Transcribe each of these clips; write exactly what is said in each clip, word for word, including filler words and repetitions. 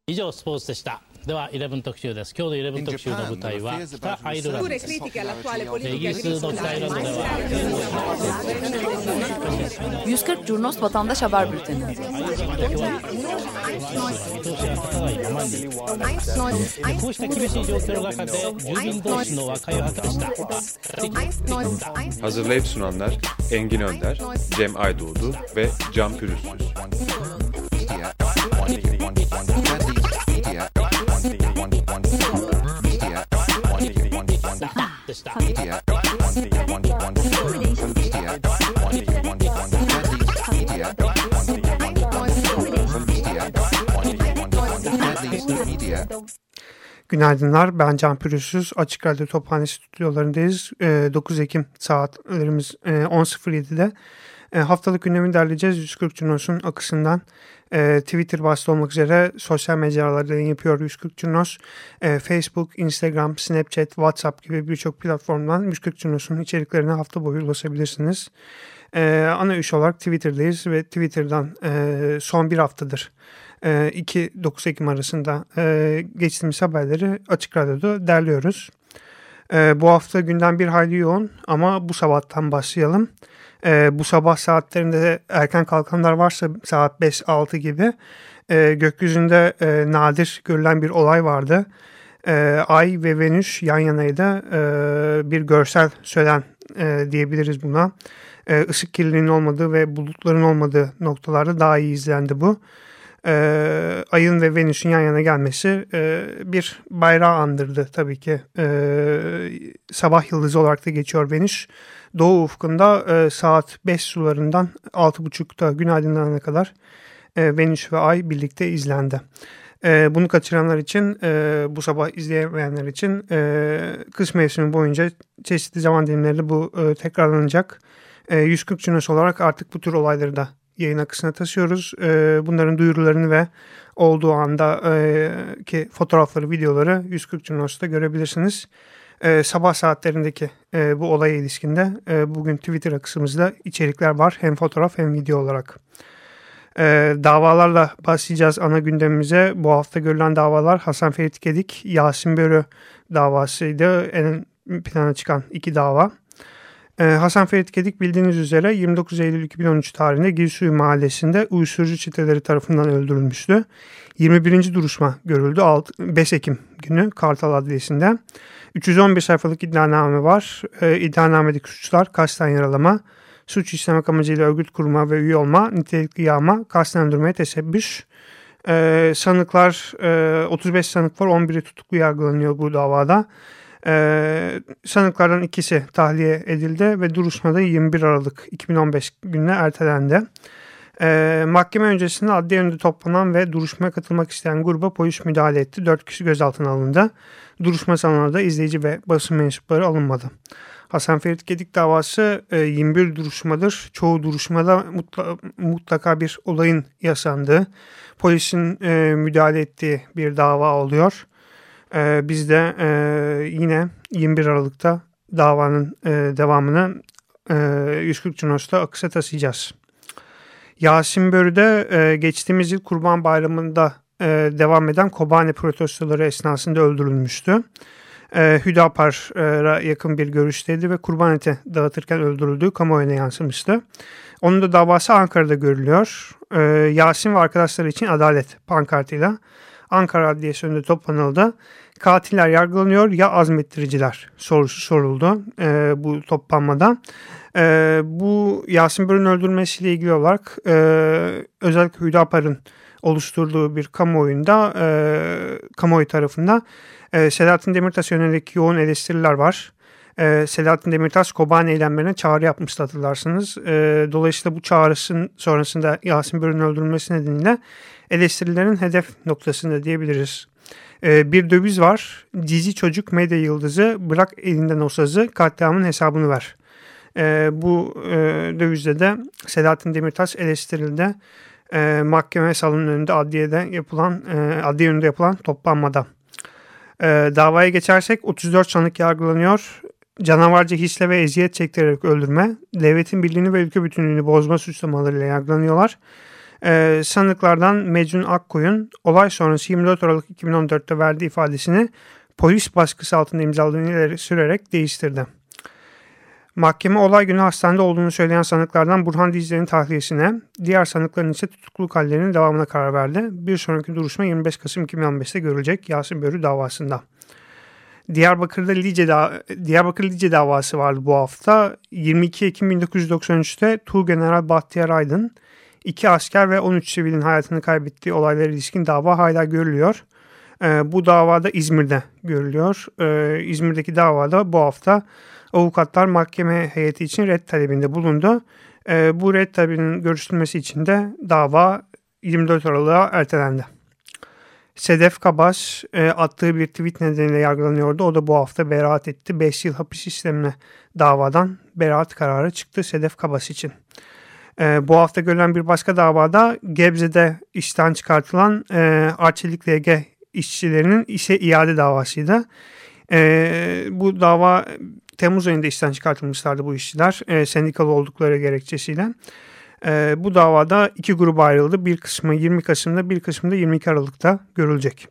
以上スポーツでした。ではじゅういち特集です。今日のじゅういち特集の舞台は北アイルランドです。イギリスの北アイルランドでは yüz kırk Curnos Vatandaş Haber Bülteni. Hazırlayıp sunanlar Engin Önder, Cem Aydoğdu ve Can Pürüzsüz. Günaydınlar, ben Can Pürüzsüz. Açık Radyo Tophane stüdyolarındayız. dokuz Ekim saatlerimiz on sıfır yedide. Haftalık gündemi derleyeceğiz. yüz kırk Curnos'un akısından Twitter başta olmak üzere sosyal mecralarda yayın yapıyor yüz kırk Curnos. Facebook, Instagram, Snapchat, WhatsApp gibi birçok platformdan yüz kırk Curnos'un içeriklerine hafta boyu ulaşabilirsiniz. Ana üs olarak Twitter'dayız ve Twitter'dan son bir haftadır iki dokuz Ekim arasında geçtiğimiz haberleri Açık Radyo'da derliyoruz. Bu hafta gündem bir hayli yoğun ama bu sabahtan başlayalım. Bu sabah saatlerinde erken kalkanlar varsa saat beş altı gibi gökyüzünde nadir görülen bir olay vardı. Ay ve Venüs yan yanaydı, bir görsel şölen diyebiliriz buna. Işık kirliliğinin olmadığı ve bulutların olmadığı noktalarda daha iyi izlendi bu. Ee, ayın ve Venüs'ün yan yana gelmesi e, bir bayrağı andırdı tabii ki. Ee, sabah yıldızı olarak da geçiyor Venüs. Doğu ufkunda e, saat beş sularından altı buçukta gün aydınlanana kadar e, Venüs ve Ay birlikte izlendi. E, bunu kaçıranlar için, e, bu sabah izleyemeyenler için e, kış mevsimi boyunca çeşitli zaman dilimlerinde bu e, tekrarlanacak. E, yüz kırk Curnos olarak artık bu tür olayları da yayın akısına taşıyoruz. Bunların duyurularını ve olduğu anda ki fotoğrafları, videoları yüz kırk Curnos'ta görebilirsiniz. Sabah saatlerindeki bu olaya ilişkinde bugün Twitter akışımızda içerikler var. Hem fotoğraf hem video olarak. Davalarla başlayacağız ana gündemimize. Bu hafta görülen davalar Hasan Ferit Gedik, Yasin Börü davasıydı. En plana çıkan iki dava. Hasan Ferit Gedik bildiğiniz üzere yirmi dokuz Eylül iki bin on üç tarihinde Gilsuyu Mahallesi'nde uyuşturucu çeteleri tarafından öldürülmüştü. yirmi birinci duruşma görüldü beş Ekim günü Kartal Adliyesi'nde. üç yüz on bir sayfalık iddianame var. Ee, iddianamedeki suçlar kasten yaralama, suç işlemek amacıyla örgüt kurma ve üye olma, nitelikli yağma, kasten öldürmeye teşebbüs. Ee, sanıklar e, otuz beş sanık var, on biri tutuklu yargılanıyor bu davada. Ee, sanıklardan ikisi tahliye edildi ve duruşmada yirmi bir Aralık iki bin on beş gününe ertelendi. Ee, mahkeme öncesinde adliye önünde toplanan ve duruşmaya katılmak isteyen gruba polis müdahale etti. dört kişi gözaltına alındı. Duruşma salonuna da izleyici ve basın mensupları alınmadı. Hasan Ferit Gedik davası e, yirmi bir duruşmadır. Çoğu duruşmada mutla, mutlaka bir olayın yaşandığı, polisin e, müdahale ettiği bir dava oluyor. Ee, biz de e, yine yirmi bir Aralık'ta davanın e, devamını e, yüz kırk Curnos'ta akışa taşıyacağız. Yasin Börü'de e, geçtiğimiz yıl Kurban Bayramı'nda e, devam eden Kobane protestoları esnasında öldürülmüştü. E, Hüdapar'a yakın bir görüşteydi ve kurban eti dağıtırken öldürüldüğü kamuoyuna yansımıştı. Onun da davası Ankara'da görülüyor. E, Yasin ve arkadaşları için adalet pankartıyla Ankara Adliyesi önünde toplanıldı. Katiller yargılanıyor ya azmettiriciler sorusu soruldu e, bu toplanmada. E, bu Yasin Börü'nün öldürülmesiyle ilgili olarak e, özellikle Hüdapar'ın oluşturduğu bir kamuoyunda, e, kamuoyu tarafında e, Selahattin Demirtaş yönelik yoğun eleştiriler var. E, Selahattin Demirtaş Kobane eylemlerine çağrı yapmıştı, hatırlarsınız. E, dolayısıyla bu çağrısının sonrasında Yasin Börü'nün öldürülmesi nedeniyle eleştirilerin hedef noktasında diyebiliriz. Ee, bir döviz var. Dizi çocuk medya yıldızı bırak elinden o sazı, katliamın hesabını ver. Ee, bu e, dövizde de Selahattin Demirtaş eleştirildi. Ee, mahkeme salonunun önünde adliyede yapılan, e, adliye önünde yapılan toplanmada. Ee, davaya geçersek otuz dört sanık yargılanıyor. Canavarca hisle ve eziyet çektirerek öldürme, devletin birliğini ve ülke bütünlüğünü bozma suçlamalarıyla yargılanıyorlar. Ee, sanıklardan Mecnun Akkoyun olay sonrası yirmi dört Aralık iki bin on dörtte verdiği ifadesini polis baskısı altında imzaladığını ileri sürerek değiştirdi. Mahkeme olay günü hastanede olduğunu söyleyen sanıklardan Burhan Dicle'nin tahliyesine, diğer sanıkların ise tutukluluk hallerinin devamına karar verdi. Bir sonraki duruşma yirmi beş Kasım iki bin on beşte görülecek Yasin Börü davasında. Diyarbakır'da Lice da Diyarbakır Lice davası vardı bu hafta. yirmi iki Ekim bin dokuz yüz doksan üçte Tuğgeneral Bahtiyar Aydın, iki asker ve on üç sivilin hayatını kaybettiği olaylara ilişkin dava hala görülüyor. Ee, bu davada İzmir'de görülüyor. Ee, İzmir'deki davada bu hafta avukatlar mahkeme heyeti için red talebinde bulundu. Ee, bu red talebinin görüşülmesi için de dava yirmi dört Aralık'a ertelendi. Sedef Kabas e, attığı bir tweet nedeniyle yargılanıyordu. O da bu hafta beraat etti. beş yıl hapis sistemine davadan beraat kararı çıktı Sedef Kabas için. E, bu hafta görülen bir başka davada Gebze'de işten çıkartılan e, Arçelik L G işçilerinin işe iade davasıydı. E, bu dava Temmuz ayında işten çıkartılmışlardı bu işçiler e, sendikalı oldukları gerekçesiyle. E, bu davada iki gruba ayrıldı. Bir kısmı yirmi Kasım'da, bir kısmı da yirmi iki Aralık'ta görülecek.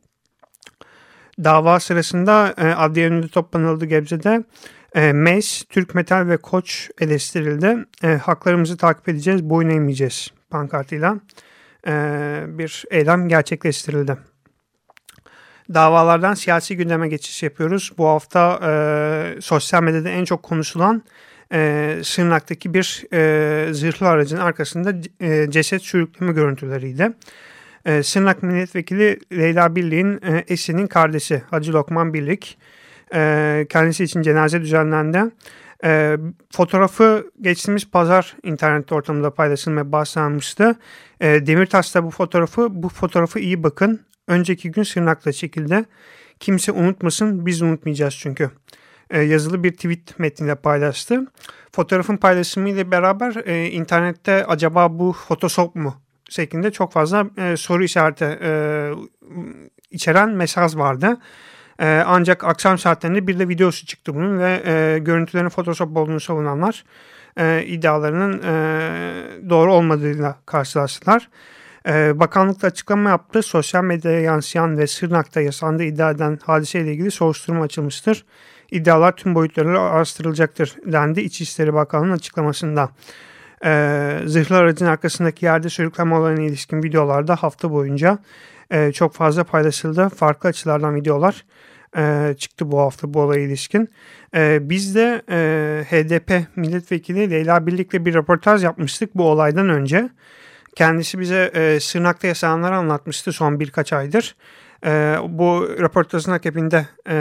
Dava sırasında e, adliye önünde toplanıldı Gebze'de. E, M E S, Türk Metal ve Koç eleştirildi. E, haklarımızı takip edeceğiz, boyun eğmeyeceğiz pankartıyla e, bir eylem gerçekleştirildi. Davalardan siyasi gündeme geçiş yapıyoruz. Bu hafta e, sosyal medyada en çok konuşulan e, Şırnak'taki bir e, zırhlı aracın arkasında e, ceset sürükleme görüntüleriydi. E, Şırnak Milletvekili Leyla Birlik'in e, eşinin kardeşi Hacı Lokman Birlik. E, kendisi için cenaze düzenlendi. E, fotoğrafı geçtiğimiz pazar internet ortamında paylaşılmaya başlanmıştı. E, Demirtaş da bu fotoğrafı, bu fotoğrafı iyi bakın. Önceki gün Şırnak'ta çekildi. Kimse unutmasın, biz unutmayacağız çünkü. Ee, yazılı bir tweet metniyle paylaştı. Fotoğrafın paylaşımıyla beraber e, internette acaba bu Photoshop mu şeklinde çok fazla e, soru işareti e, içeren mesaj vardı. E, ancak akşam saatlerinde bir de videosu çıktı bunun ve e, görüntülerin Photoshop olduğunu savunanlar e, iddialarının e, doğru olmadığıyla karşılaştılar. Bakanlıkta açıklama yaptı. Sosyal medyaya yansıyan ve Şırnak'ta yaşandığı iddia eden hadiseyle ilgili soruşturma açılmıştır. İddialar tüm boyutlarıyla araştırılacaktır dendi İçişleri Bakanlığı'nın açıklamasında. Ee, zırhlı aracın arkasındaki yerde sürükleme olayına ilişkin videolarda hafta boyunca e, çok fazla paylaşıldı. Farklı açılardan videolar e, çıktı bu hafta bu olaya ilişkin. E, biz de e, H D P milletvekili Leyla Birlik'le bir röportaj yapmıştık bu olaydan önce. Kendisi bize e, Şırnak'ta yaşananları anlatmıştı son birkaç aydır. E, bu röportajın akabinde e,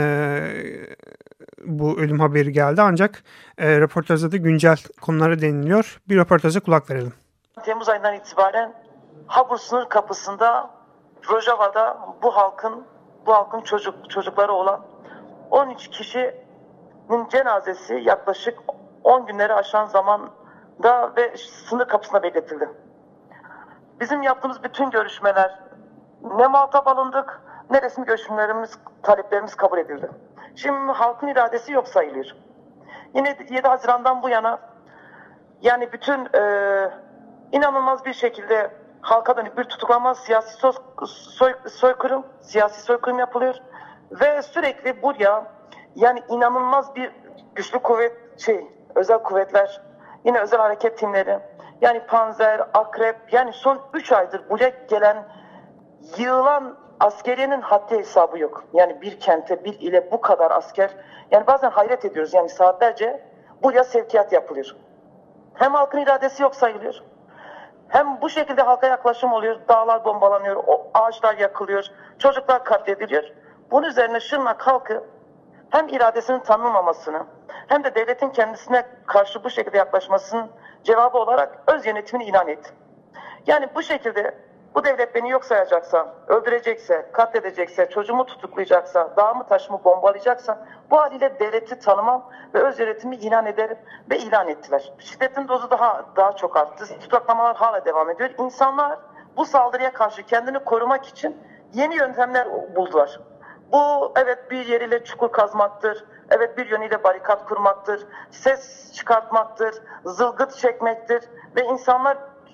bu ölüm haberi geldi. Ancak e, röportajda da güncel konulara deniliyor. Bir röportaja kulak verelim. Temmuz ayından itibaren Habur sınır kapısında Rojava'da bu halkın bu halkın çocuk çocukları olan on üç kişinin cenazesi yaklaşık on günleri aşan zamanda ve sınır kapısına bekletildi. Bizim yaptığımız bütün görüşmeler ne muhatap alındık ne resmi görüşmelerimiz, taleplerimiz kabul edildi. Şimdi halkın iradesi yok sayılıyor. Yine yedi Haziran'dan bu yana yani bütün e, inanılmaz bir şekilde halka dönük bir tutuklama, siyasi soy, soy, soykırım, siyasi soykırım yapılıyor ve sürekli buraya yani inanılmaz bir güçlü kuvvet şey, özel kuvvetler, yine özel hareket timleri, yani Panzer, Akrep, yani son üç aydır buraya gelen yığılan askeriyenin haddi hesabı yok. Yani bir kente, bir ile bu kadar asker, yani bazen hayret ediyoruz. Yani saatlerce buraya sevkiyat yapılıyor. Hem halkın iradesi yok sayılıyor, hem bu şekilde halka yaklaşım oluyor, dağlar bombalanıyor, ağaçlar yakılıyor, çocuklar katlediliyor. Bunun üzerine Şırnak halkı hem iradesinin tanınmamasını hem de devletin kendisine karşı bu şekilde yaklaşmasının cevabı olarak öz yönetimini ilan etti. Yani bu şekilde bu devlet beni yok sayacaksa, öldürecekse, katledecekse, çocuğumu tutuklayacaksa, dağımı taşımı bombalayacaksa bu haliyle devleti tanımam ve öz yönetimi ilan ederim ve ilan ettiler. Şiddetin dozu daha daha çok arttı. Tutuklamalar hala devam ediyor. İnsanlar bu saldırıya karşı kendini korumak için yeni yöntemler buldular. Bu evet bir yeriyle çukur kazmaktır, evet bir yönüyle barikat kurmaktır, ses çıkartmaktır, zılgıt çekmektir ve insanlar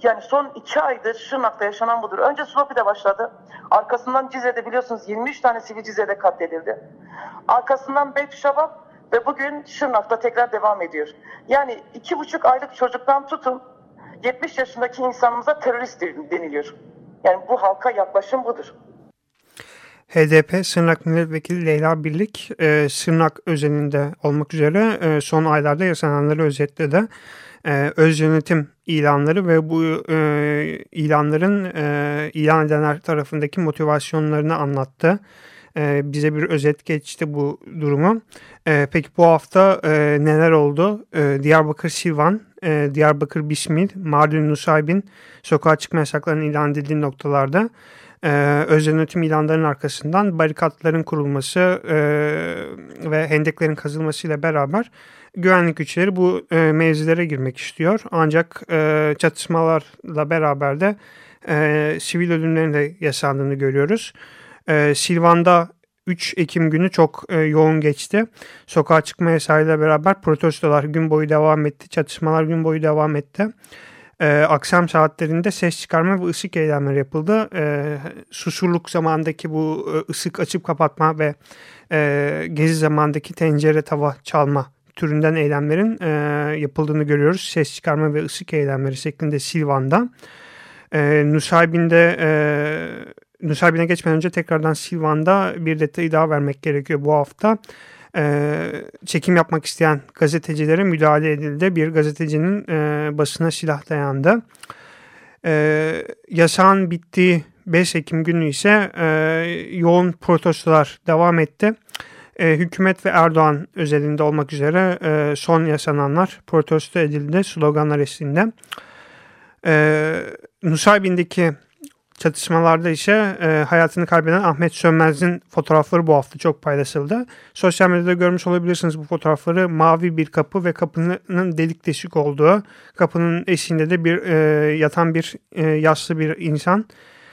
yani son iki aydır Şırnak'ta yaşanan budur. Önce Slopi'de başladı. Arkasından Cize'de biliyorsunuz yirmi üç tane sivil Cize'de katledildi. Arkasından Beytüşşebap ve bugün Şırnak'ta tekrar devam ediyor. Yani iki buçuk aylık çocuktan tutun yetmiş yaşındaki insanımıza terörist deniliyor. Yani bu halka yaklaşım budur. H D P Sırnak Milletvekili Leyla Birlik, e, Sırnak özelinde olmak üzere e, son aylarda yaşananları özetledi. E, öz yönetim ilanları ve bu e, ilanların e, ilan edenler tarafındaki motivasyonlarını anlattı. E, bize bir özet geçti bu durumu. E, peki bu hafta e, neler oldu? E, Diyarbakır Silvan, e, Diyarbakır Bismil, Mardin Nusaybin sokağa çıkma yasaklarının ilan edildiği noktalarda Ee, öz yönetim ilanlarının arkasından barikatların kurulması e, ve hendeklerin kazılmasıyla beraber güvenlik güçleri bu e, mevzilere girmek istiyor. Ancak e, çatışmalarla beraber de e, sivil ölümlerin de yaşandığını görüyoruz. E, Silvan'da üç Ekim günü çok e, yoğun geçti. Sokağa çıkma yasağıyla beraber protestolar gün boyu devam etti. Çatışmalar gün boyu devam etti. Ee, akşam saatlerinde ses çıkarma ve ısık eylemler yapıldı. Ee, susurluk zamandaki bu ısık açıp kapatma ve e, gezi zamandaki tencere tava çalma türünden eylemlerin e, yapıldığını görüyoruz. Ses çıkarma ve ısık eylemleri şeklinde Silvan'da. Ee, Nusaybin'de e, Nusaybin'e geçmeden önce tekrardan Silvan'da bir detayı daha vermek gerekiyor bu hafta. Ee, çekim yapmak isteyen gazetecilere müdahale edildi. Bir gazetecinin e, basına silah dayandı. Ee, yasağın bittiği beş Ekim günü ise e, yoğun protestolar devam etti. E, hükümet ve Erdoğan özelinde olmak üzere e, son yaşananlar protesto edildi sloganlar eşliğinde. E, Nusaybin'deki çatışmalarda ise e, hayatını kaybeden Ahmet Sönmez'in fotoğrafları bu hafta çok paylaşıldı. Sosyal medyada görmüş olabilirsiniz bu fotoğrafları. Mavi bir kapı ve kapının delik deşik olduğu, kapının eşiğinde de bir e, yatan bir e, yaşlı bir insan.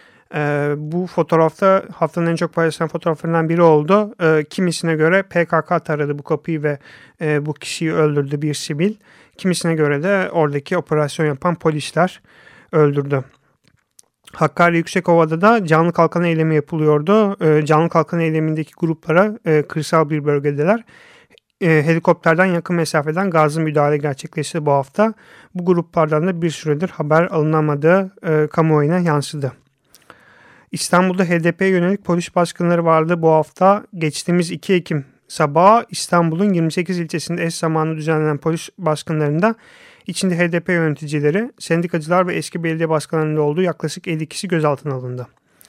E, bu fotoğrafta haftanın en çok paylaşılan fotoğraflarından biri oldu. E, kimisine göre P K K taradı bu kapıyı ve e, bu kişiyi öldürdü, bir sivil. Kimisine göre de oradaki operasyon yapan polisler öldürdü. Hakkari Yüksekova'da da canlı kalkan eylemi yapılıyordu. E, canlı kalkan eylemindeki gruplara e, kırsal bir bölgedeler. E, helikopterden yakın mesafeden gazlı müdahale gerçekleşti bu hafta. Bu gruplardan da bir süredir haber alınamadığı e, kamuoyuna yansıdı. İstanbul'da H D P'ye yönelik polis baskınları vardı bu hafta. Geçtiğimiz iki Ekim sabahı İstanbul'un yirmi sekiz ilçesinde eş zamanlı düzenlenen polis baskınlarında İçinde H D P yöneticileri, sendikacılar ve eski belediye başkanlarının olduğu yaklaşık elli kişi gözaltına alındı.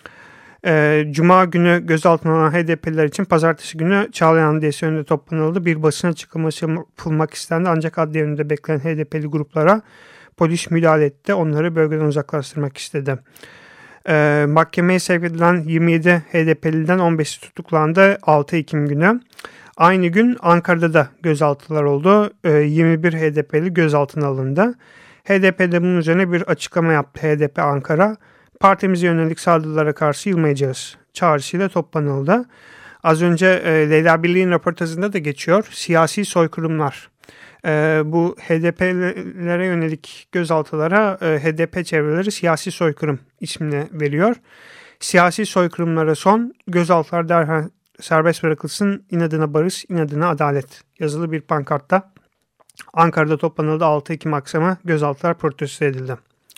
Ee, Cuma günü gözaltına alınan H D P'liler için pazartesi günü Çağlayan Adliyesi önünde toplanıldı. Bir basın açıklaması yapılmak istendi ancak adliye önünde bekleyen H D P'li gruplara polis müdahale etti. Onları bölgeden uzaklaştırmak istedi. Ee, mahkemeye sevk edilen yirmi yedi H D P'liden on beşi tutuklandı altı Ekim günü. Aynı gün Ankara'da da gözaltılar oldu. yirmi bir H D P'li gözaltına alındı. H D P'de bunun üzerine bir açıklama yaptı H D P Ankara. Partimize yönelik saldırılara karşı yılmayacağız çağrısıyla toplanıldı. Az önce e, Leyla Birlik'in röportajında da geçiyor. Siyasi soykırımlar. E, bu H D P'lere yönelik gözaltılara e, H D P çevreleri siyasi soykırım ismini veriyor. Siyasi soykırımlara son, gözaltılar derhal serbest bırakılsın, inadına barış, inadına adalet yazılı bir pankartta Ankara'da toplanıldı. altı Ekim akşamı gözaltılar protesto edildi.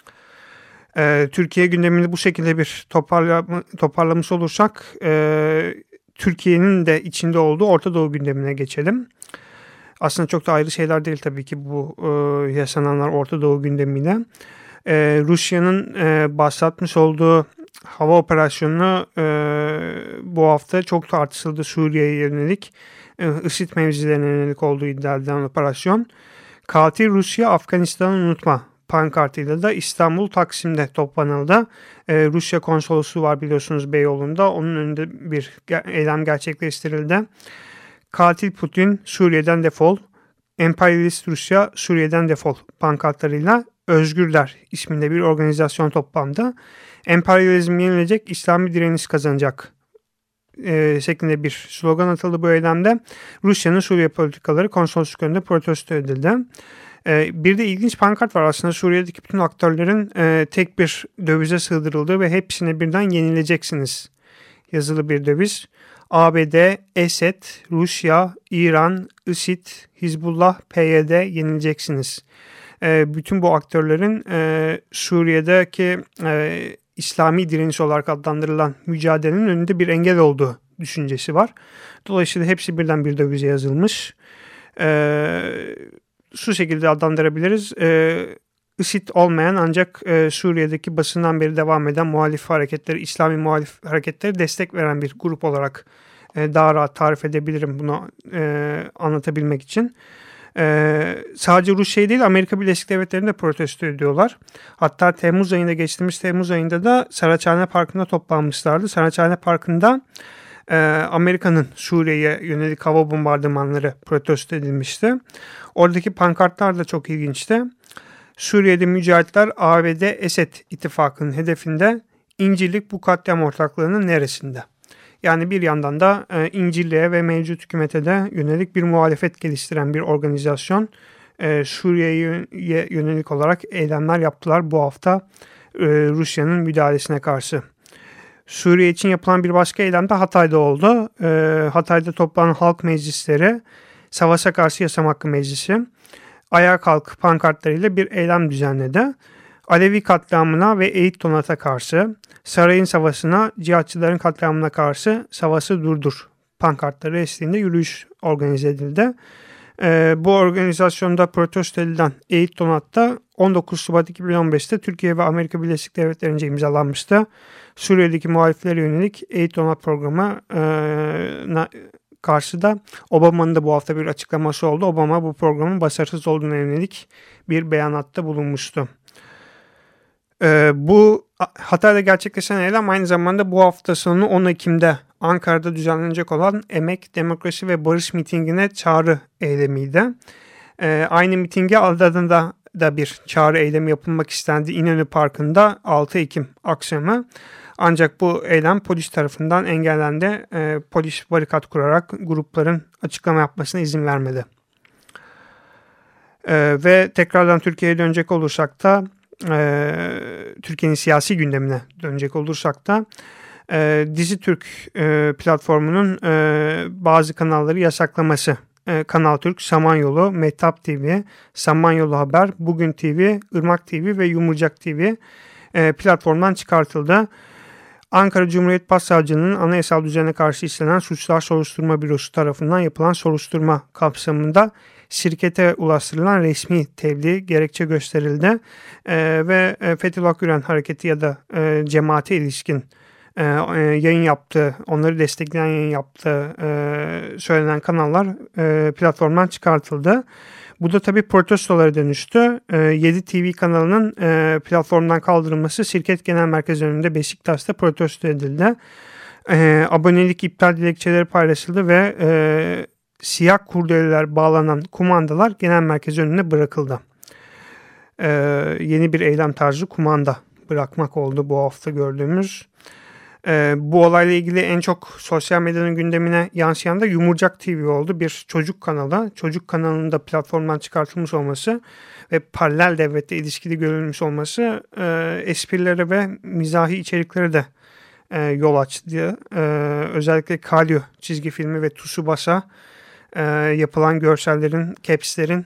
Ee, Türkiye gündemini bu şekilde bir toparlama, toparlamış olursak e, Türkiye'nin de içinde olduğu Orta Doğu gündemine geçelim. Aslında çok da ayrı şeyler değil tabii ki bu e, yaşananlar Orta Doğu gündemiyle. E, Rusya'nın e, başlatmış olduğu hava operasyonunu e, bu hafta çok tartışıldı. Suriye'ye yönelik, e, IŞİD mevzilerine yönelik olduğu iddia edilen operasyon. Katil Rusya, Afganistan'ı unutma pankartıyla da İstanbul Taksim'de toplanıldı. E, Rusya konsolosluğu var biliyorsunuz Beyoğlu'nda. Onun önünde bir eylem gerçekleştirildi. Katil Putin, Suriye'den defol. Emperyalist Rusya, Suriye'den defol pankartlarıyla Özgürler isminde bir organizasyon toplandı. Emperyalizm yenilecek, İslami direniş kazanacak e, şeklinde bir slogan atıldı bu eylemde. Rusya'nın Suriye politikaları konsolosluk önünde protesto edildi. E, bir de ilginç pankart var aslında Suriye'deki bütün aktörlerin e, tek bir dövize sığdırıldığı ve hepsine birden yenileceksiniz yazılı bir döviz. A B D, Esed, Rusya, İran, IŞİD, Hizbullah, P Y D yenileceksiniz. E, bütün bu aktörlerin e, Suriye'deki e, İslami direniş olarak adlandırılan mücadelenin önünde bir engel olduğu düşüncesi var. Dolayısıyla hepsi birden bir dövize yazılmış. E, şu şekilde adlandırabiliriz. E, IŞİD olmayan ancak e, Suriye'deki basından beri devam eden muhalif hareketleri, İslami muhalif hareketleri destek veren bir grup olarak e, daha rahat tarif edebilirim bunu e, anlatabilmek için. E, sadece Rusya değil Amerika Birleşik Devletleri'ni de protesto ediyorlar. Hatta Temmuz ayında geçtiğimiz Temmuz ayında da Saraçhane Parkı'nda toplanmışlardı. Saraçhane Parkı'nda e, Amerika'nın Suriye'ye yönelik hava bombardımanları protesto edilmişti. Oradaki pankartlar da çok ilginçti. Suriye'de mücahitler A B D Esed ittifakının hedefinde, İncirlik bu katliam ortaklığının neresinde? Yani bir yandan da e, İncirli'ye ve mevcut hükümete de yönelik bir muhalefet geliştiren bir organizasyon e, Suriye'ye yönelik olarak eylemler yaptılar bu hafta e, Rusya'nın müdahalesine karşı. Suriye için yapılan bir başka eylem de Hatay'da oldu. E, Hatay'da toplanan halk meclisleri, Savaşa Karşı Yaşam Hakkı Meclisi, Ayağa Kalk pankartlarıyla bir eylem düzenledi. Alevi katliamına ve Eğit Donat'a karşı, sarayın savaşına, cihatçıların katliamına karşı savaşı durdur pankartları eşliğinde yürüyüş organize edildi. Ee, bu organizasyonda protesto edilen Eğit Donat'ta on dokuz Şubat iki bin on beşte Türkiye ve Amerika Birleşik Devletleri'nce imzalanmıştı. Suriye'deki muhaliflere yönelik Eğit Donat programı e, karşı da Obama'nın da bu hafta bir açıklaması oldu. Obama bu programın başarısız olduğuna yönelik bir beyanatta bulunmuştu. Ee, bu Hatay'da gerçekleşen eylem aynı zamanda bu hafta sonu on Ekim'de Ankara'da düzenlenecek olan Emek, Demokrasi ve Barış mitingine çağrı eylemiydi. Ee, aynı mitinge Adana'da da bir çağrı eylemi yapılmak istendi İnönü Parkı'nda altı Ekim akşamı. Ancak bu eylem polis tarafından engellendi. E, polis barikat kurarak grupların açıklama yapmasına izin vermedi. E, ve tekrardan Türkiye'ye dönecek olursak da e, Türkiye'nin siyasi gündemine dönecek olursak da e, Dizitürk e, platformunun e, bazı kanalları yasaklaması. E, Kanal Türk, Samanyolu, Mehtap T V, Samanyolu Haber, Bugün T V, Irmak T V ve Yumurcak T V e, platformdan çıkartıldı. Ankara Cumhuriyet Başsavcılığı'nın anayasal düzene karşı işlenen Suçlar Soruşturma Bürosu tarafından yapılan soruşturma kapsamında şirkete ulaştırılan resmi tebliğ gerekçe gösterildi e, ve Fethullah Gülen Hareketi ya da e, cemaate ilişkin e, yayın yaptığı, onları destekleyen yayın yaptığı e, söylenen kanallar e, platformdan çıkartıldı. Bu da tabii protestolara dönüştü. E, yedi T V kanalının e, platformdan kaldırılması şirket genel merkezi önünde Beşiktaş'ta protesto edildi. E, abonelik iptal dilekçeleri paylaşıldı ve e, siyah kurdeleler bağlanan kumandalar genel merkezi önüne bırakıldı. E, yeni bir eylem tarzı kumanda bırakmak oldu bu hafta gördüğümüz. Ee, bu olayla ilgili en çok sosyal medyanın gündemine yansıyan da Yumurcak T V oldu. Bir çocuk kanalı. Çocuk kanalının da platformdan çıkartılmış olması ve paralel devletle ilişkili görülmüş olması e, esprilere ve mizahi içeriklere de e, yol açtı. E, özellikle Kalyo çizgi filmi ve Tsubasa e, yapılan görsellerin, capslerin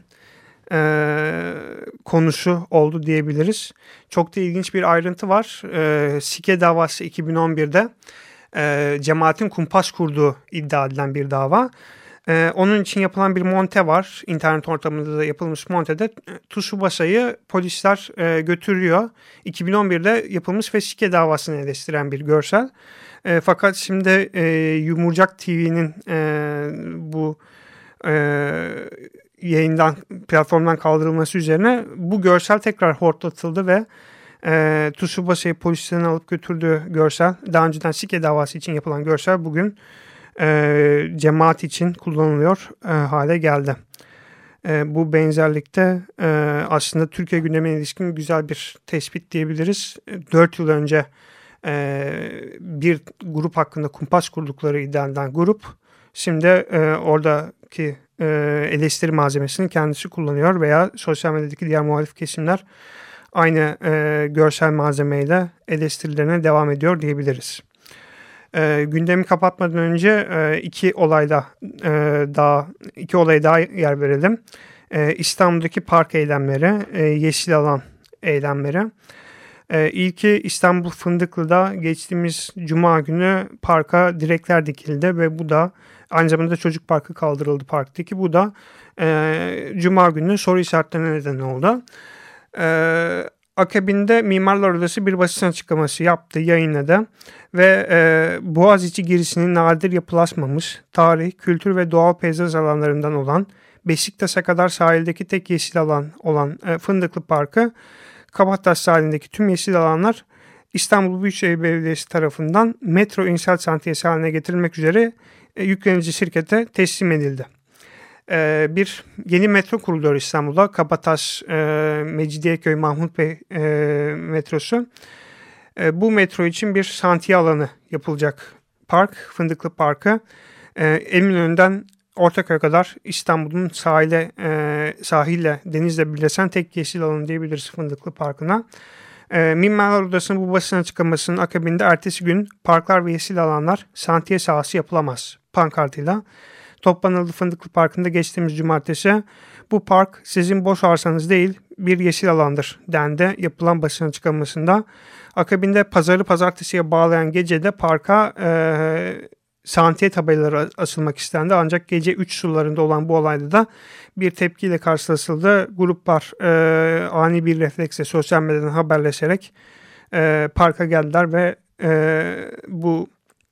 E, konusu oldu diyebiliriz. Çok da ilginç bir ayrıntı var. E, Sike davası iki bin on birde e, cemaatin kumpas kurduğu iddia edilen bir dava. E, onun için yapılan bir monte var. İnternet ortamında da yapılmış montede Tsubasa'yı polisler e, götürüyor. iki bin on birde yapılmış ve Sike davasını eleştiren bir görsel. E, fakat şimdi e, Yumurcak T V'nin e, bu e, yayından, platformdan kaldırılması üzerine bu görsel tekrar hortlatıldı ve e, Tsubasa'yı polislerin alıp götürdüğü görsel, daha önceden Sike davası için yapılan görsel bugün e, cemaat için kullanılıyor e, hale geldi. E, bu benzerlikte e, aslında Türkiye gündemine ilişkin güzel bir tespit diyebiliriz. dört yıl önce e, bir grup hakkında kumpas kurdukları iddia edilen grup, şimdi e, oradaki e, eleştiri malzemesini kendisi kullanıyor veya sosyal medyadaki diğer muhalif kesimler aynı e, görsel malzemeyle eleştirilerine devam ediyor diyebiliriz. E, gündemi kapatmadan önce e, iki olayda e, daha iki olaya daha yer verelim. E, İstanbul'daki park eylemleri, e, yeşil alan eylemleri. E, ilki İstanbul Fındıklı'da geçtiğimiz Cuma günü parka direkler dikildi ve bu da aynı zamanda çocuk parkı kaldırıldı parktaki. Bu da e, Cuma günü soru işaretlerine neden oldu. E, akabinde Mimarlar Odası bir basın açıklaması yaptı, yayınladı ve e, Boğaziçi girişinin nadir yapılaşmamış tarih, kültür ve doğal peyzaj alanlarından olan Beşiktaş'a kadar sahildeki tek yeşil alan olan e, Fındıklı Parkı, Kabataş sahilindeki tüm yeşil alanlar İstanbul Büyükşehir Belediyesi tarafından metro inşaat şantiyesi haline getirilmek üzere e, yüklenici şirkete teslim edildi. E, bir yeni metro kuruluyor İstanbul'da. Kabataş, e, Mecidiyeköy, Mahmut Bey e, metrosu. E, bu metro için bir şantiye alanı yapılacak park, Fındıklı Parkı. E, Eminönü'nden Ortaköy'e kadar İstanbul'un sahile, e, sahille, denizle birleşen tek yeşil alanı diyebiliriz Fındıklı Parkı'na. E, Mimarlar Odası'nın bu basın açıklamasının akabinde ertesi gün parklar ve yeşil alanlar şantiye sahası yapılamaz pankartıyla toplanıldı Fındıklı Parkı'nda geçtiğimiz cumartesi. Bu park sizin boş arsanız değil bir yeşil alandır dendi yapılan basın açıklamasında. Akabinde pazarı pazartesiye bağlayan gecede parka e, şantiye tabelaları asılmak istendi. Ancak gece üç sularında olan bu olayda da bir tepkiyle karşılaşıldı. Gruplar e, ani bir refleksle sosyal medyadan haberleşerek e, parka geldiler ve e, bu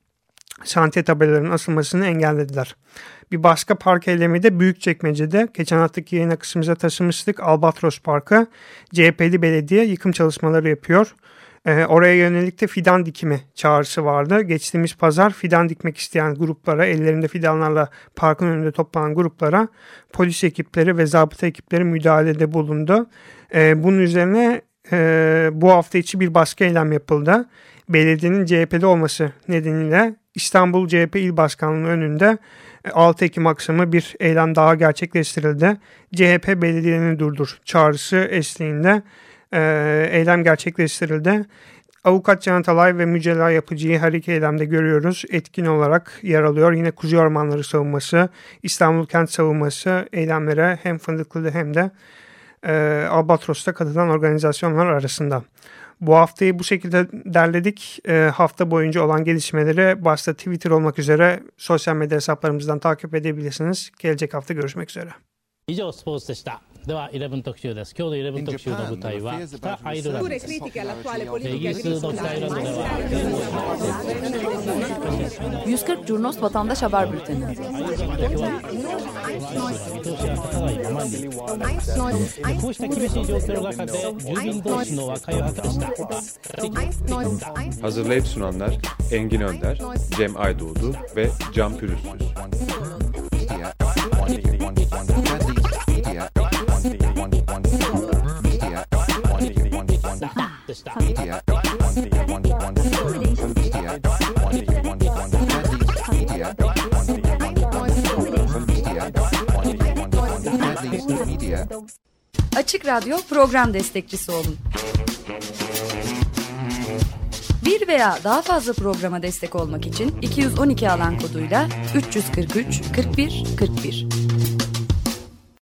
şantiye tabelalarının asılmasını engellediler. Bir başka park eylemi de Büyükçekmece'de. Geçen haftaki yayın akışımıza taşımıştık. Albatros Parkı. C H P'li belediye yıkım çalışmaları yapıyor. Ee, oraya yönelik de fidan dikimi çağrısı vardı. Geçtiğimiz pazar fidan dikmek isteyen gruplara, ellerinde fidanlarla parkın önünde toplanan gruplara polis ekipleri ve zabıta ekipleri müdahalede bulundu. Ee, bunun üzerine e, bu hafta içi bir başka eylem yapıldı. Belediyenin C H P'li olması nedeniyle İstanbul C H P İl Başkanlığı önünde altı Ekim akşamı bir eylem daha gerçekleştirildi. C H P belediyenin durdur çağrısı eşliğinde e, eylem gerçekleştirildi. Avukat Can Atalay ve Mücella Yapıcı'yı her iki eylemde görüyoruz. Etkin olarak yer alıyor. Yine Kuzey Ormanları savunması, İstanbul Kent savunması eylemlere hem Fındıklı'da hem de e, Albatros'ta katılan organizasyonlar arasında. Bu haftayı bu şekilde derledik. E, hafta boyunca olan gelişmeleri başta Twitter olmak üzere sosyal medya hesaplarımızdan takip edebilirsiniz. Gelecek hafta görüşmek üzere. 以上スポーツでした。ではじゅういち特集です。今日のじゅういち特集の舞台は北アイルランドです。イギリスの北アイルランドでは yüz kırk Curnos Vatandaş Haber Bülteni. Hazırlayıp sunanlar Engin Önder, Cem Aydoğdu ve Can Pürüzsüz. Açık Radyo program destekçisi olun. Bir veya daha fazla programa destek olmak için iki yüz on iki alan koduyla üç yüz kırk üç kırk bir kırk bir